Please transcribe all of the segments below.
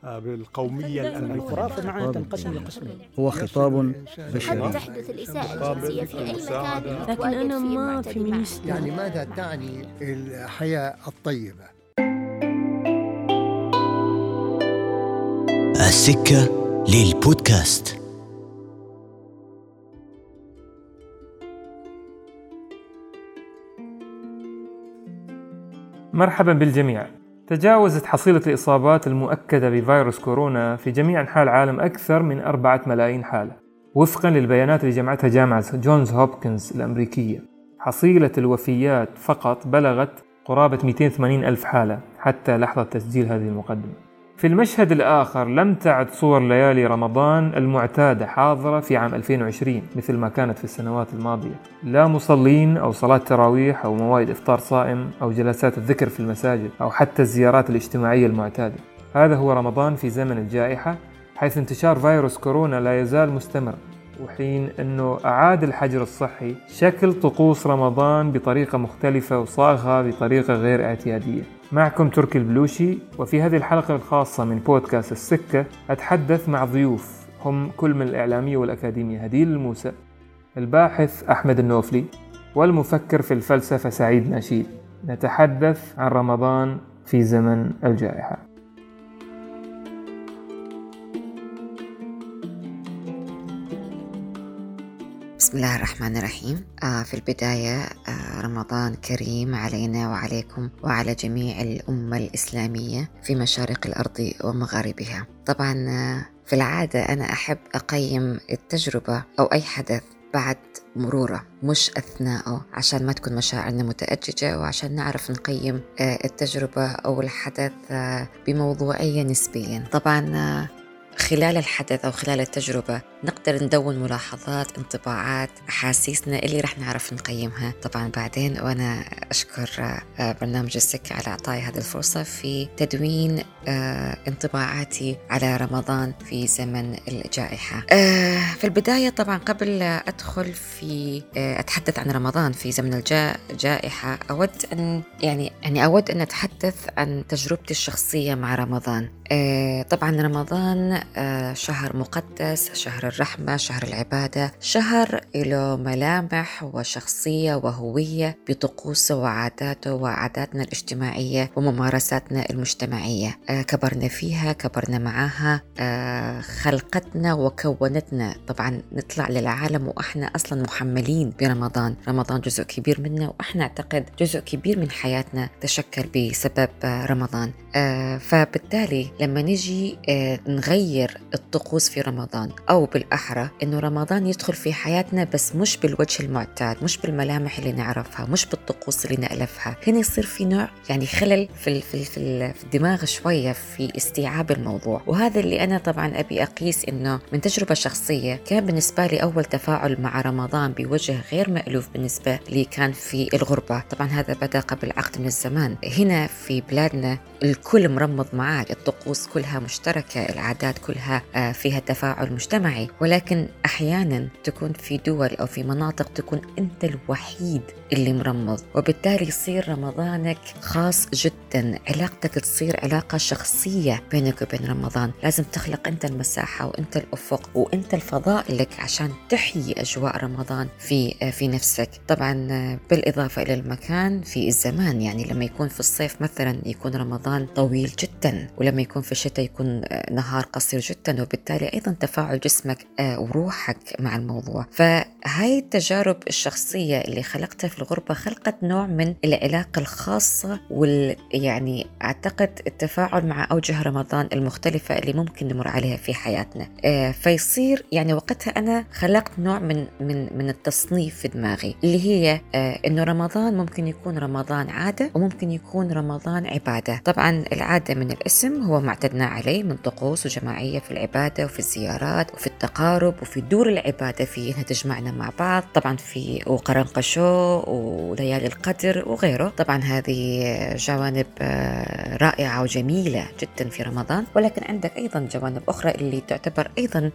بالقومية الأمريكية. الخرافة معنا تنقسم لقسمين. هو خطاب بشري. قد تحدث الإساءة الجنسية في أي مكان، لكن أنا ما فيمينيست. يعني ماذا تعني الحياة الطيبة؟ السكة للبودكاست. مرحبا بالجميع. تجاوزت حصيلة الإصابات المؤكدة بفيروس كورونا في جميع أنحاء العالم أكثر من 4 ملايين حالة، وفقا للبيانات اللي جمعتها جامعة جونز هوبكنز الأمريكية. حصيلة الوفيات فقط بلغت قرابة 280 ألف حالة حتى لحظة تسجيل هذه المقدمة. في المشهد الآخر، لم تعد صور ليالي رمضان المعتادة حاضرة في عام 2020 مثل ما كانت في السنوات الماضية، لا مصلين أو صلاة تراويح أو موائد إفطار صائم أو جلسات الذكر في المساجد أو حتى الزيارات الاجتماعية المعتادة. هذا هو رمضان في زمن الجائحة، حيث انتشار فيروس كورونا لا يزال مستمر، وحين أنه أعاد الحجر الصحي شكل طقوس رمضان بطريقة مختلفة وصاغها بطريقة غير اعتيادية. معكم تركي البلوشي، وفي هذه الحلقة الخاصة من بودكاست السكة أتحدث مع ضيوف هم كل من الإعلامية والأكاديمية هديل الموسى، الباحث أحمد النوفلي، والمفكر في الفلسفة سعيد ناشيد. نتحدث عن رمضان في زمن الجائحة. بسم الله الرحمن الرحيم. في البداية رمضان كريم علينا وعليكم وعلى جميع الأمة الإسلامية في مشارق الأرض ومغاربها. طبعا في العادة أنا أحب أقيم التجربة أو أي حدث بعد مروره مش أثناءه، عشان ما تكون مشاعرنا متأججة، وعشان نعرف نقيم التجربة أو الحدث بموضوعية نسبيا. طبعا خلال الحدث أو خلال التجربة نقدر ندون ملاحظات، انطباعات، أحاسيسنا اللي رح نعرف نقيمها طبعا بعدين. وأنا أشكر برنامج السكة على إعطائي هذه الفرصة في تدوين انطباعاتي على رمضان في زمن الجائحة. في البداية طبعا قبل أدخل في أتحدث عن رمضان في زمن الجائحة، أود أن أتحدث عن تجربتي الشخصية مع رمضان. طبعا رمضان شهر مقدس، شهر الرحمة، شهر العبادة، شهر له ملامح وشخصية وهوية بطقوسه وعاداته وعاداتنا الاجتماعية وممارساتنا المجتمعية. كبرنا فيها، كبرنا معاها، خلقتنا وكونتنا. طبعا نطلع للعالم وإحنا أصلا محملين برمضان. رمضان جزء كبير منا، وإحنا أعتقد جزء كبير من حياتنا تشكل بسبب رمضان. فبالتالي لما نجي نغير الطقوس في رمضان، أو بالأحرى إنه رمضان يدخل في حياتنا بس مش بالوجه المعتاد، مش بالملامح اللي نعرفها، مش بالطقوس اللي نألفها، هنا يصير في نوع خلل في الدماغ شوية في استيعاب الموضوع. وهذا اللي أنا طبعا أبي أقيس إنه من تجربة شخصية كان بالنسبة لي أول تفاعل مع رمضان بوجه غير مألوف بالنسبة لي كان في الغربة. طبعا هذا بدأ قبل عقد من الزمان. هنا في بلادنا الكل مرمض معاك، الطقوس كلها مشتركة، العادات كلها فيها تفاعل مجتمعي، ولكن أحيانا تكون في دول أو في مناطق تكون أنت الوحيد اللي مرمض، وبالتالي يصير رمضانك خاص جدا، علاقتك تصير علاقة شخصية بينك وبين رمضان. لازم تخلق أنت المساحة وأنت الأفق وأنت الفضاء لك عشان تحيي أجواء رمضان في نفسك. طبعا بالإضافة إلى المكان في الزمان، يعني لما يكون في الصيف مثلا يكون رمضان طويل جدا، ولما يكون في الشتاء يكون نهار قصير جدا، وبالتالي أيضا تفاعل جسمك وروحك مع الموضوع. فهاي التجارب الشخصية اللي خلقتها في الغربة خلقت نوع من العلاقة الخاصة يعني أعتقد التفاعل مع أوجه رمضان المختلفة اللي ممكن نمر عليها في حياتنا. فيصير يعني وقتها أنا خلقت نوع من التصنيف في دماغي، اللي هي إنه رمضان ممكن يكون رمضان عادة وممكن يكون رمضان عبادة. طبعا العادة من الاسم هو ما اعتدنا عليه من طقوس وجماعية في العبادة وفي الزيارات وفي التقارب وفي دور العبادة في إنها تجمعنا مع بعض، طبعا في وقرنقشو وليالي القدر وغيره. طبعا هذه جوانب رائعة وجميلة جدا في رمضان، ولكن عندك أيضا جوانب أخرى اللي تعتبر أيضا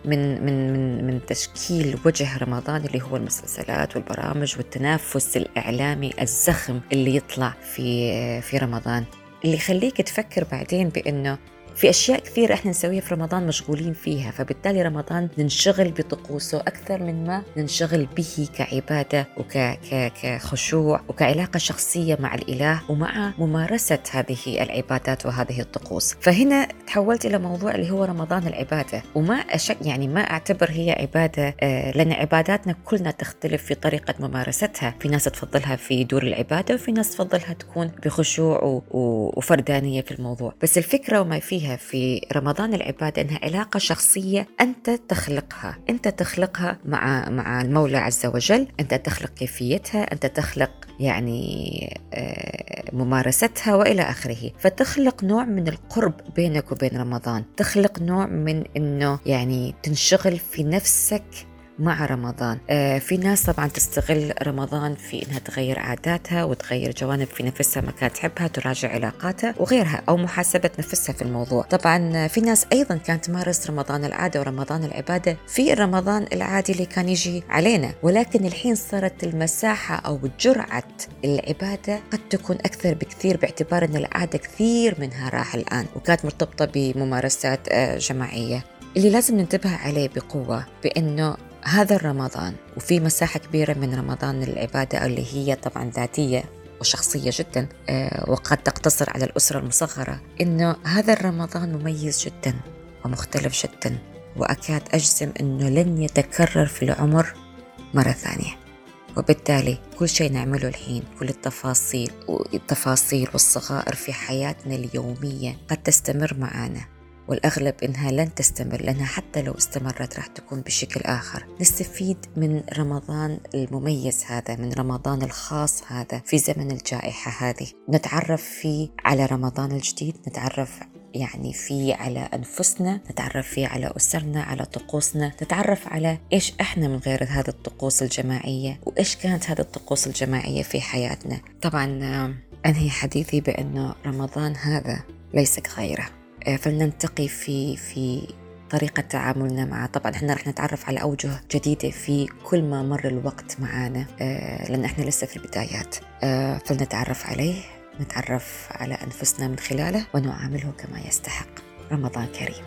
من تشكيل وجه رمضان، اللي هو المسلسلات والبرامج والتنافس الإعلامي الزخم اللي يطلع في رمضان، اللي يخليك تفكر بعدين بأنه في أشياء كثيرة إحنا نسويها في رمضان مشغولين فيها، فبالتالي رمضان ننشغل بطقوسه أكثر من ما ننشغل به كعبادة وكخشوع وكعلاقة شخصية مع الإله ومع ممارسة هذه العبادات وهذه الطقوس. فهنا تحولت إلى موضوع اللي هو رمضان العبادة، وما أشك يعني ما أعتبر هي عبادة لأن عباداتنا كلنا تختلف في طريقة ممارستها. في ناس تفضلها في دور العبادة وفي ناس تفضلها تكون بخشوع وفردانية في الموضوع. بس الفكرة وما فيها في رمضان العبادة أنها علاقة شخصية أنت تخلقها مع المولى عز وجل. أنت تخلق كيفيتها، أنت تخلق يعني ممارستها وإلى آخره. فتخلق نوع من القرب بينك وبين رمضان، تخلق نوع من أنه يعني تنشغل في نفسك مع رمضان. في ناس طبعا تستغل رمضان في إنها تغير عاداتها وتغير جوانب في نفسها ما كانت تحبها، تراجع علاقاتها وغيرها، أو محاسبة نفسها في الموضوع. طبعا في ناس أيضا كانت تمارس رمضان العادة ورمضان العبادة في رمضان العادي اللي كان يجي علينا، ولكن الحين صارت المساحة أو جرعة العبادة قد تكون أكثر بكثير، باعتبار أن العادة كثير منها راح الآن وكانت مرتبطة بممارسات جماعية. اللي لازم ننتبه عليه بقوة بأنه هذا الرمضان وفي مساحة كبيرة من رمضان العبادة اللي هي طبعا ذاتية وشخصية جدا وقد تقتصر على الأسرة المصغرة، إنه هذا الرمضان مميز جدا ومختلف جدا، وأكاد أجزم إنه لن يتكرر في العمر مرة ثانية. وبالتالي كل شيء نعمله الحين، كل التفاصيل والصغائر في حياتنا اليومية قد تستمر معنا، والأغلب إنها لن تستمر، لأنها حتى لو استمرت راح تكون بشكل آخر. نستفيد من رمضان المميز هذا، من رمضان الخاص هذا في زمن الجائحة هذه، نتعرف فيه على رمضان الجديد، نتعرف يعني فيه على أنفسنا، نتعرف فيه على أسرنا، على طقوسنا، نتعرف على إيش إحنا من غير هذه الطقوس الجماعية، وإيش كانت هذه الطقوس الجماعية في حياتنا. طبعا أنهي حديثي بأنه رمضان هذا ليس غيره، فلننتقي في طريقة تعاملنا معه. طبعا احنا رح نتعرف على أوجه جديدة في كل ما مر الوقت معنا، لأن احنا لسه في البدايات، فلنتعرف عليه، نتعرف على أنفسنا من خلاله ونعامله كما يستحق. رمضان كريم.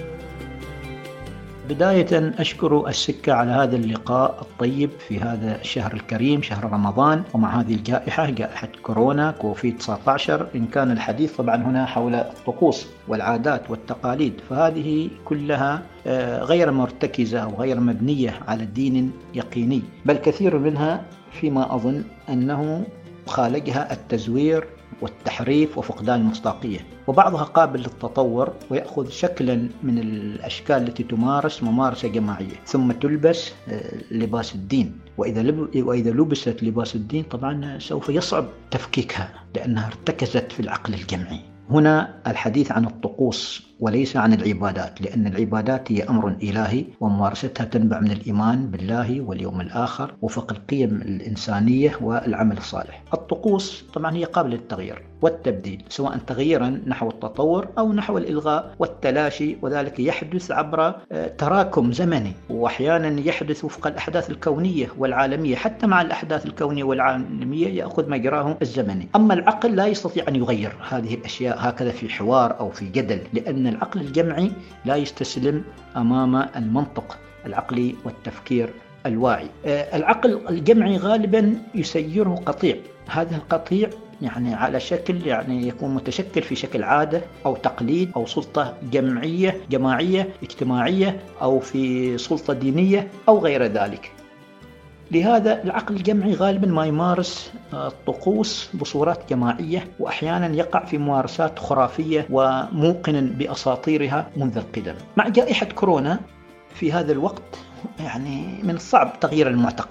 بداية أشكر السكة على هذا اللقاء الطيب في هذا الشهر الكريم، شهر رمضان، ومع هذه الجائحة، جائحة كورونا كوفيد-19. إن كان الحديث طبعا هنا حول الطقوس والعادات والتقاليد، فهذه كلها غير مرتكزة أو غير مبنية على دين يقيني، بل كثير منها فيما أظن أنه خالجها التزوير والتحريف وفقدان المصداقية، وبعضها قابل للتطور ويأخذ شكلا من الأشكال التي تمارس ممارسة جماعية ثم تلبس لباس الدين. وإذا لبست لباس الدين طبعا سوف يصعب تفكيكها لأنها ارتكزت في العقل الجمعي. هنا الحديث عن الطقوس وليس عن العبادات، لأن العبادات هي أمر إلهي وممارستها تنبع من الإيمان بالله واليوم الآخر وفق القيم الإنسانية والعمل الصالح. الطقوس طبعا هي قابلة للتغيير والتبديل، سواء تغييرا نحو التطور أو نحو الإلغاء والتلاشي، وذلك يحدث عبر تراكم زمني، وأحيانا يحدث وفق الأحداث الكونية والعالمية. حتى مع الأحداث الكونية والعالمية يأخذ مجراه الزمني. أما العقل لا يستطيع أن يغير هذه الأشياء هكذا في حوار أو في جدل، لأن العقل الجمعي لا يستسلم أمام المنطق العقلي والتفكير الواعي. العقل الجمعي غالبا يسيره قطيع، هذا القطيع يعني على شكل يعني يكون متشكل في شكل عادة أو تقليد أو سلطة جماعية اجتماعية أو في سلطة دينية أو غير ذلك. لهذا العقل الجمعي غالبا ما يمارس الطقوس بصورات جماعية، وأحيانا يقع في ممارسات خرافية وموقن بأساطيرها منذ القدم. مع جائحة كورونا في هذا الوقت يعني من الصعب تغيير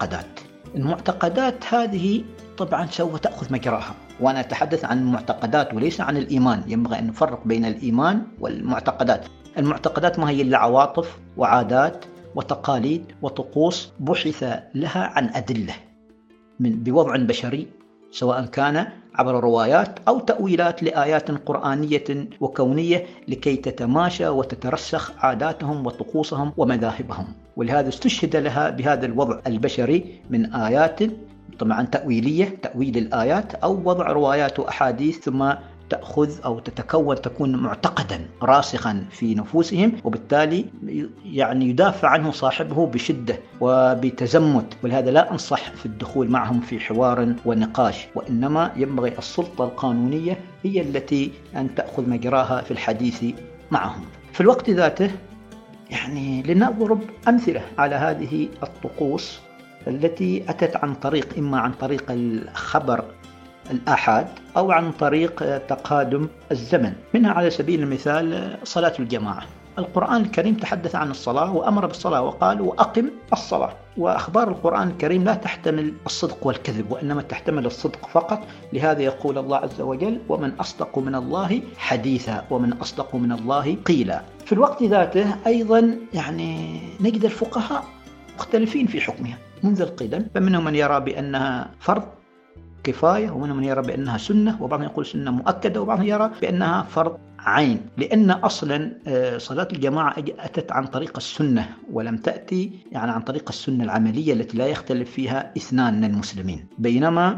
المعتقدات هذه طبعا سوف تأخذ مجراها، وأنا أتحدث عن المعتقدات وليس عن الإيمان. ينبغي أن نفرق بين الإيمان والمعتقدات. المعتقدات ما هي إلا عواطف وعادات وتقاليد وطقوس بحث لها عن أدلة بوضع بشري، سواء كان عبر روايات أو تأويلات لآيات قرآنية وكونية لكي تتماشى وتترسخ عاداتهم وطقوسهم ومذاهبهم. ولهذا استشهد لها بهذا الوضع البشري من آيات طبعا تأويلية، تأويل الآيات، أو وضع روايات وأحاديث ثم تأخذ أو تكون معتقدا راسخا في نفوسهم، وبالتالي يعني يدافع عنه صاحبه بشدة وبتزمت. ولهذا لا أنصح في الدخول معهم في حوار ونقاش، وإنما ينبغي السلطة القانونية هي التي أن تأخذ مجراها في الحديث معهم. في الوقت ذاته يعني لنضرب أمثلة على هذه الطقوس التي أتت عن طريق إما عن طريق الخبر الآحاد أو عن طريق تقادم الزمن. منها على سبيل المثال صلاة الجماعة. القرآن الكريم تحدث عن الصلاة وأمر بالصلاة وقال وأقم الصلاة، وأخبار القرآن الكريم لا تحتمل الصدق والكذب وإنما تحتمل الصدق فقط. لهذا يقول الله عز وجل ومن أصدق من الله حديثا ومن أصدق من الله قيلا. في الوقت ذاته أيضا يعني نجد الفقهاء مختلفين في حكمها منذ القدم، فمنهم من يرى بأنها فرض كفاية، ومنهم من يرى بأنها سنة، وبعضهم يقول سنة مؤكدة، وبعضهم يرى بأنها فرض عين، لأن أصلا صلاة الجماعة أتت عن طريق السنة ولم تأتي يعني عن طريق السنة العملية التي لا يختلف فيها اثنان من المسلمين. بينما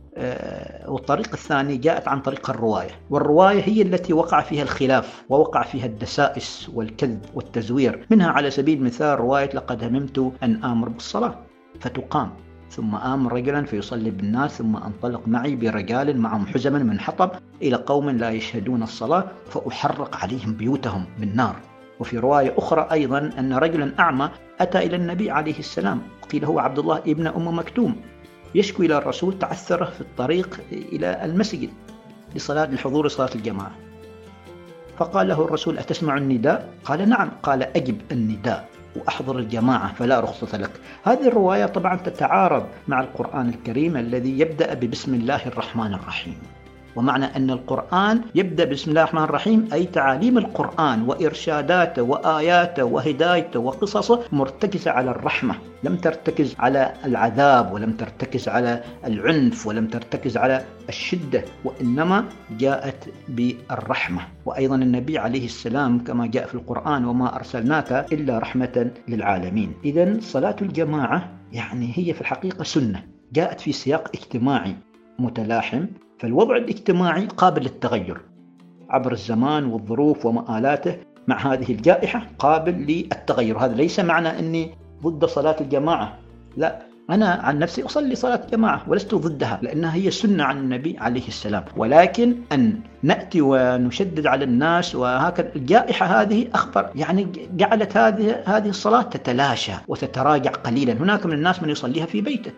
والطريق الثاني جاءت عن طريق الرواية، والرواية هي التي وقع فيها الخلاف ووقع فيها الدسائس والكذب والتزوير. منها على سبيل المثال رواية لقد هممت أن آمر بالصلاة فتقام، ثم آمر رجلا فيصلي بالناس، ثم أنطلق معي برجال معهم حزما من حطب إلى قوم لا يشهدون الصلاة فأحرق عليهم بيوتهم بالنار. وفي رواية أخرى أيضا أن رجلا أعمى أتى إلى النبي عليه السلام، قيل هو عبد الله ابن أم مكتوم، يشكو إلى الرسول تعثره في الطريق إلى المسجد لحضور صلاة الجماعة، فقال له الرسول أتسمع النداء؟ قال نعم. قال أجب النداء وأحضر الجماعة فلا رخصة لك. هذه الرواية طبعا تتعارض مع القرآن الكريم الذي يبدأ ببسم الله الرحمن الرحيم. ومعنى أن القرآن يبدأ بسم الله الرحمن الرحيم أي تعاليم القرآن وإرشاداته وآياته وهدايته وقصصه مرتكزة على الرحمة، لم ترتكز على العذاب ولم ترتكز على العنف ولم ترتكز على الشدة، وإنما جاءت بالرحمة. وأيضا النبي عليه السلام كما جاء في القرآن وما أرسلناك إلا رحمة للعالمين. إذن صلاة الجماعة يعني هي في الحقيقة سنة جاءت في سياق اجتماعي متلاحم، فالوضع الاجتماعي قابل للتغير عبر الزمان والظروف ومآلاته. مع هذه الجائحة قابل للتغير. هذا ليس معنى أني ضد صلاة الجماعة، لا، أنا عن نفسي أصلي صلاة الجماعة ولست ضدها لأنها هي سنة عن النبي عليه السلام، ولكن أن نأتي ونشدد على الناس وهكذا. الجائحة هذه أخبر يعني جعلت هذه الصلاة تتلاشى وتتراجع قليلا. هناك من الناس من يصليها في بيته،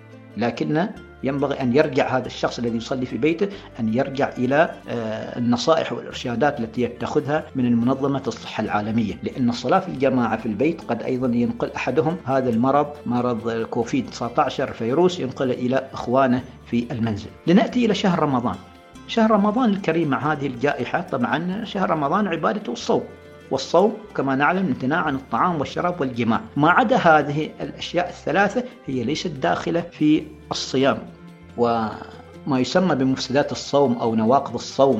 لكن ينبغي أن يرجع هذا الشخص الذي يصلي في بيته أن يرجع إلى النصائح والإرشادات التي يتخذها من المنظمة الصحة العالمية، لأن الصلاة في الجماعة في البيت قد أيضا ينقل أحدهم هذا المرض، مرض كوفيد-19 فيروس، ينقل إلى إخوانه في المنزل. لنأتي إلى شهر رمضان. شهر رمضان الكريم مع هذه الجائحة، طبعا شهر رمضان عبادته الصوم، والصوم كما نعلم امتناع عن الطعام والشراب والجماع. ما عدا هذه الأشياء الثلاثة هي ليست داخلة في الصيام، وما يسمى بمفسدات الصوم أو نواقض الصوم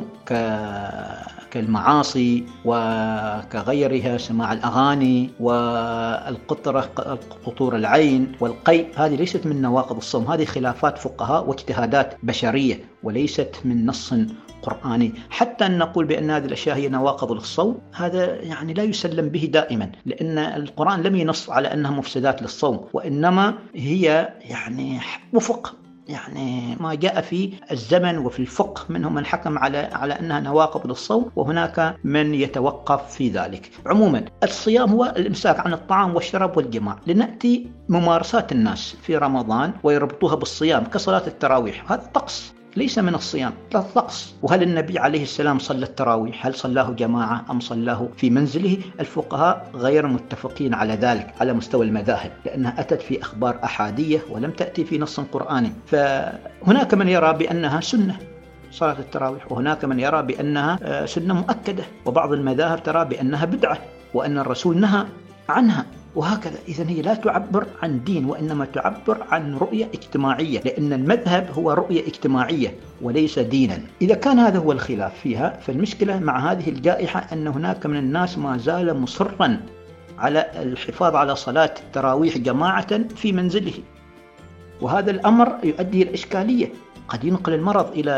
كالمعاصي وكغيرها، سماع الأغاني والقطرة، قطور العين والقيء، هذه ليست من نواقض الصوم. هذه خلافات فقهاء واجتهادات بشرية وليست من نص قرآني. حتى أن نقول بأن هذه الأشياء هي نواقض للصوم، هذا يعني لا يسلم به دائما، لأن القرآن لم ينص على أنها مفسدات للصوم، وإنما هي يعني وفق يعني ما جاء في الزمن وفي الفقه. منهم من حكم على أنها نواقض للصوم، وهناك من يتوقف في ذلك. عموما الصيام هو الإمساك عن الطعام والشراب والجماع. لنأتي ممارسات الناس في رمضان ويربطوها بالصيام كصلاة التراويح، هذا طقس ليس من الصيام، لا طقس. وهل النبي عليه السلام صلى التراويح؟ هل صلاه جماعة أم صلاه في منزله؟ الفقهاء غير متفقين على ذلك على مستوى المذاهب، لأنها أتت في أخبار أحادية ولم تأتي في نص قرآني. فهناك من يرى بأنها سنة صلاة التراويح، وهناك من يرى بأنها سنة مؤكدة، وبعض المذاهب ترى بأنها بدعة وأن الرسول نهى عنها، وهكذا. إذن هي لا تعبر عن دين وإنما تعبر عن رؤية اجتماعية، لأن المذهب هو رؤية اجتماعية وليس دينا. إذا كان هذا هو الخلاف فيها، فالمشكلة مع هذه الجائحة أن هناك من الناس ما زال مصرا على الحفاظ على صلاة التراويح جماعة في منزله، وهذا الأمر يؤدي إلى إشكالية. قد ينقل المرض إلى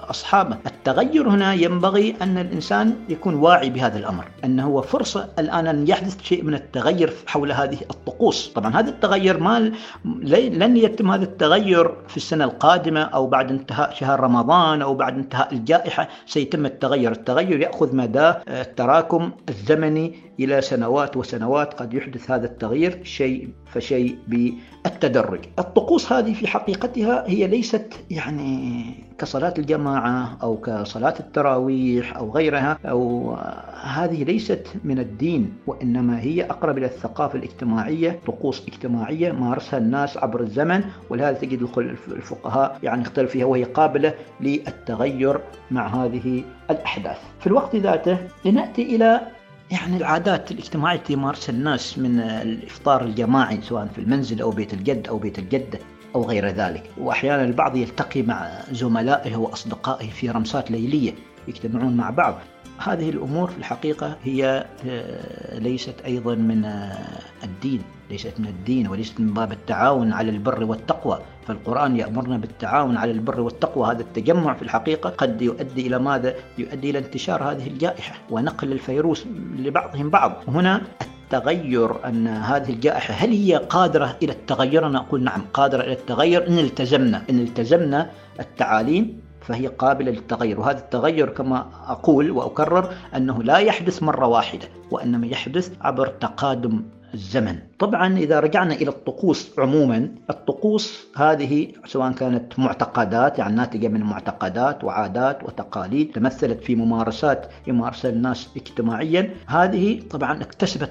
أصحابه. التغير هنا ينبغي أن الإنسان يكون واعي بهذا الأمر، أنه هو فرصة الآن أن يحدث شيء من التغير حول هذه الطقوس. طبعا هذا التغير لن يتم هذا التغير في السنة القادمة أو بعد انتهاء شهر رمضان أو بعد انتهاء الجائحة سيتم التغير يأخذ مدى التراكم الزمني إلى سنوات وسنوات. قد يحدث هذا التغيير شيء فشيء بالتدرج. الطقوس هذه في حقيقتها هي ليست يعني كصلاة الجماعة أو كصلاة التراويح أو غيرها، أو هذه ليست من الدين، وإنما هي أقرب إلى الثقافة الاجتماعية، طقوس اجتماعية مارسها الناس عبر الزمن، ولهذا تجد الفقهاء يعني اختلف فيها، وهي قابلة للتغير مع هذه الأحداث. في الوقت ذاته لنأتي إلى يعني العادات الاجتماعية التي يمارسها الناس، من الإفطار الجماعي سواء في المنزل أو بيت الجد أو بيت الجدة أو غير ذلك. وأحيانا البعض يلتقي مع زملائه وأصدقائه في رمسات ليلية يجتمعون مع بعض. هذه الأمور في الحقيقة هي ليست أيضا من الدين، ليست من الدين وليست من باب التعاون على البر والتقوى. فالقرآن يأمرنا بالتعاون على البر والتقوى. هذا التجمع في الحقيقة قد يؤدي إلى ماذا؟ يؤدي إلى انتشار هذه الجائحة ونقل الفيروس لبعضهم بعض. هنا التغير، أن هذه الجائحة هل هي قادرة إلى التغير؟ أنا أقول نعم قادرة إلى التغير إن التزمنا التعاليم فهي قابلة للتغير. وهذا التغير كما أقول وأكرر أنه لا يحدث مرة واحدة، وإنما يحدث عبر تقادم الزمن. طبعا إذا رجعنا إلى الطقوس عموما، الطقوس هذه سواء كانت معتقدات يعني ناتجة من معتقدات وعادات وتقاليد تمثلت في ممارسات يمارسها الناس اجتماعيا، هذه طبعا اكتسبت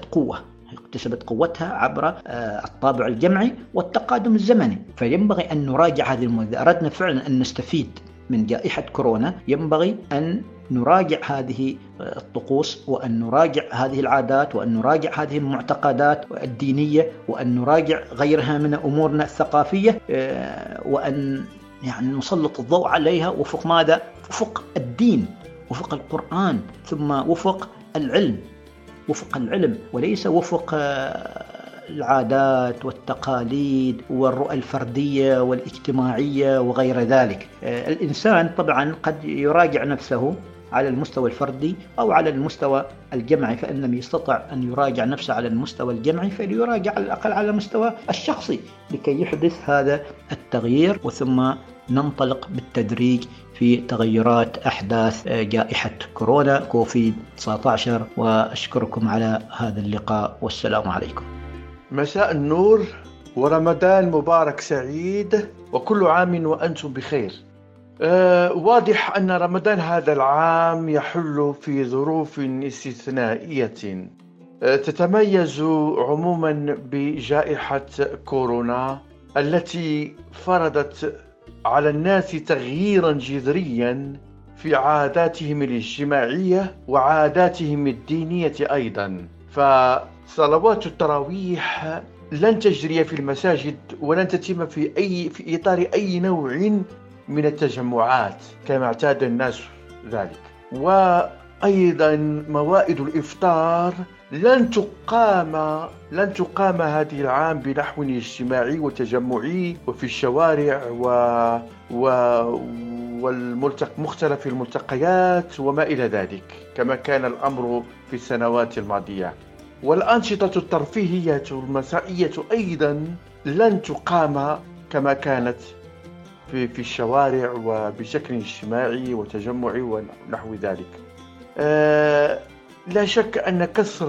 قوتها عبر الطابع الجمعي والتقادم الزمني. فينبغي أن نراجع هذه إذا أردنا فعلا أن نستفيد من جائحة كورونا، ينبغي أن نراجع هذه الطقوس، وأن نراجع هذه العادات، وأن نراجع هذه المعتقدات الدينية، وأن نراجع غيرها من أمورنا الثقافية، وأن يعني نسلط الضوء عليها وفق ماذا؟ وفق الدين، وفق القرآن، ثم وفق العلم، وليس وفق العادات والتقاليد والرؤى الفردية والاجتماعية وغير ذلك. الإنسان طبعا قد يراجع نفسه على المستوى الفردي أو على المستوى الجمعي، فإن لم يستطع أن يراجع نفسه على المستوى الجمعي فليراجع على الأقل على المستوى الشخصي لكي يحدث هذا التغيير، وثم ننطلق بالتدريج في تغيرات أحداث جائحة كورونا كوفيد-19. وأشكركم على هذا اللقاء، والسلام عليكم. مساء النور ورمضان مبارك سعيد، وكل عام وأنتم بخير. واضح أن رمضان هذا العام يحل في ظروف استثنائية تتميز عموما بجائحة كورونا التي فرضت على الناس تغييرا جذريا في عاداتهم الاجتماعية وعاداتهم الدينية أيضا. فصلوات التراويح لن تجري في المساجد ولن تتم في إطار أي نوع من التجمعات كما اعتاد الناس ذلك. وأيضا موائد الإفطار لن تقام هذه العام بنحو اجتماعي وتجمعي وفي الشوارع ومختلف الملتقيات وما إلى ذلك كما كان الأمر في السنوات الماضية. والأنشطة الترفيهية المسائية أيضا لن تقام كما كانت في الشوارع وبشكل اجتماعي وتجمعي ونحو ذلك. لا شك أن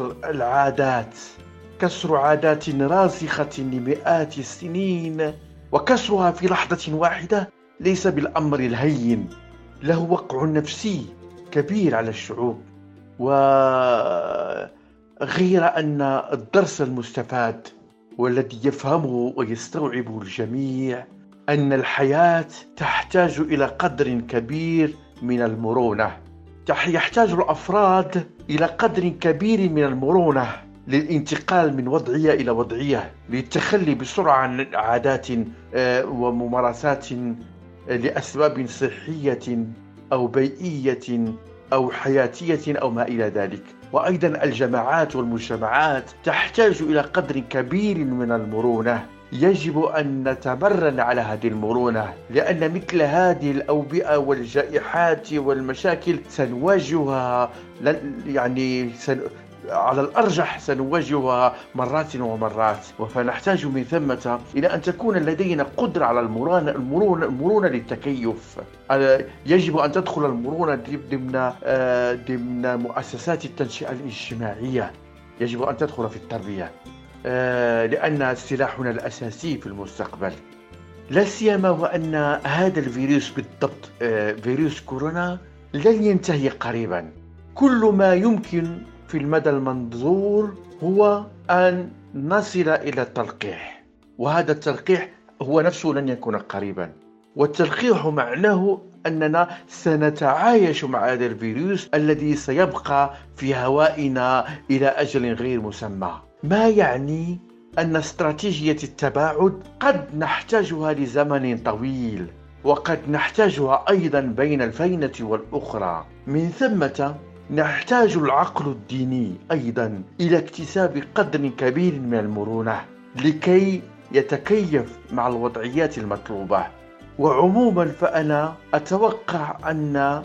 كسر عادات راسخة لمئات السنين وكسرها في لحظة واحدة ليس بالأمر الهين، له وقع نفسي كبير على الشعوب. وغير أن الدرس المستفاد والذي يفهمه ويستوعبه الجميع أن الحياة تحتاج إلى قدر كبير من المرونة، يحتاج الأفراد إلى قدر كبير من المرونة للانتقال من وضعية إلى وضعية، للتخلي بسرعة عن عادات وممارسات لأسباب صحية أو بيئية أو حياتية أو ما إلى ذلك. وأيضا الجماعات والمجتمعات تحتاج إلى قدر كبير من المرونة يجب أن نتمرن على هذه المرونة، لأن مثل هذه الأوبئة والجائحات والمشاكل سنواجهها على الأرجح سنواجهها مرات ومرات، فنحتاج من ثمة إلى أن تكون لدينا قدرة على المرونة للتكيف. يجب أن تدخل المرونة ضمن مؤسسات التنشئة الاجتماعية، يجب أن تدخل في التربية، لأنها سلاحنا الأساسي في المستقبل، لا سيما وأن هذا الفيروس بالضبط فيروس كورونا لن ينتهي قريبا. كل ما يمكن في المدى المنظور هو أن نصل إلى التلقيح، وهذا التلقيح هو نفسه لن يكون قريبا. والتلقيح معناه أننا سنتعايش مع هذا الفيروس الذي سيبقى في هوائنا إلى أجل غير مسمى، ما يعني أن استراتيجية التباعد قد نحتاجها لزمن طويل، وقد نحتاجها أيضا بين الفينة والأخرى. من ثمة نحتاج العقل الديني أيضا إلى اكتساب قدر كبير من المرونة لكي يتكيف مع الوضعيات المطلوبة. وعموما فأنا أتوقع أن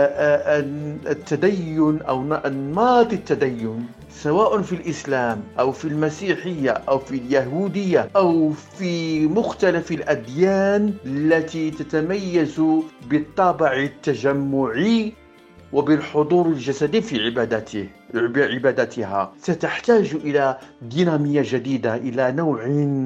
التدين أو أنماط التدين سواء في الإسلام أو في المسيحية أو في اليهودية أو في مختلف الأديان التي تتميز بالطابع التجمعي وبالحضور الجسدي في عباداتها، ستحتاج إلى دينامية جديدة، إلى نوع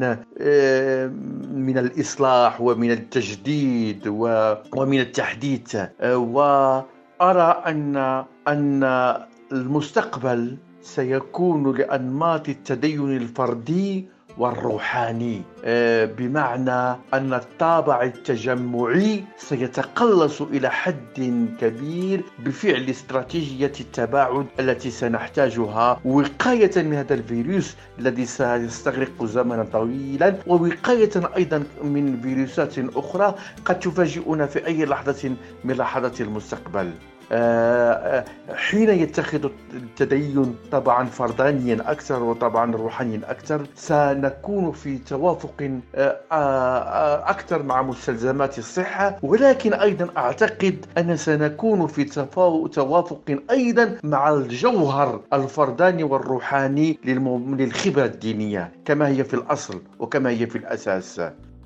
من الإصلاح ومن التجديد ومن التحديث. وأرى أن المستقبل سيكون لأنماط التدين الفردي والروحاني، بمعنى أن الطابع التجمعي سيتقلص إلى حد كبير بفعل استراتيجية التباعد التي سنحتاجها وقاية من هذا الفيروس الذي سيستغرق زمنا طويلا، ووقاية أيضا من فيروسات أخرى قد تفاجئنا في أي لحظة من لحظات المستقبل. حين يتخذ التدين طبعا فردانيا أكثر وطبعا روحانيا أكثر، سنكون في توافق أكثر مع مستلزمات الصحة، ولكن أيضا أعتقد أن سنكون في توافق أيضا مع الجوهر الفرداني والروحاني للخبرة الدينية كما هي في الأصل وكما هي في الأساس.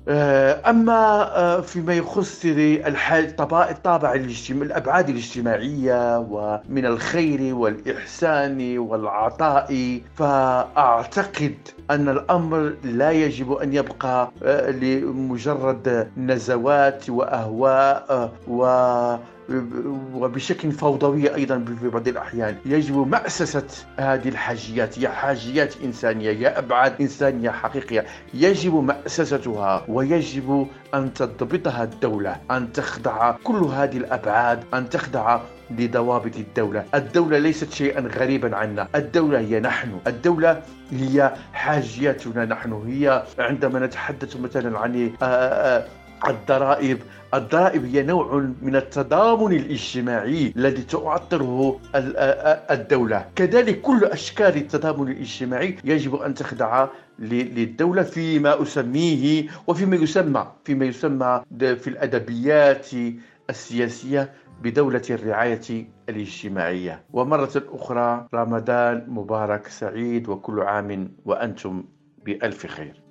أما فيما يخص الطابع الأبعاد الاجتماعية ومن الخير والإحسان والعطاء، فأعتقد أن الأمر لا يجب أن يبقى لمجرد نزوات وأهواء وبشكل فوضوي أيضا في بعض الأحيان. يجب مأسسة هذه الحاجيات، هي حاجيات إنسانية، هي أبعاد إنسانية حقيقية، يجب مأسستها ويجب أن تضبطها الدولة، أن تخضع كل هذه الأبعاد، أن تخضع لضوابط الدولة. الدولة ليست شيئا غريبا عنا، الدولة هي نحن، الدولة هي حاجياتنا نحن. هي عندما نتحدث مثلا عن الضرائب هي نوع من التضامن الاجتماعي الذي تعطره الدولة. كذلك كل أشكال التضامن الاجتماعي يجب أن تخضع للدولة فيما أسميه وفيما يسمى في الأدبيات السياسية بدولة الرعاية الاجتماعية. ومرة أخرى رمضان مبارك سعيد، وكل عام وأنتم بألف خير.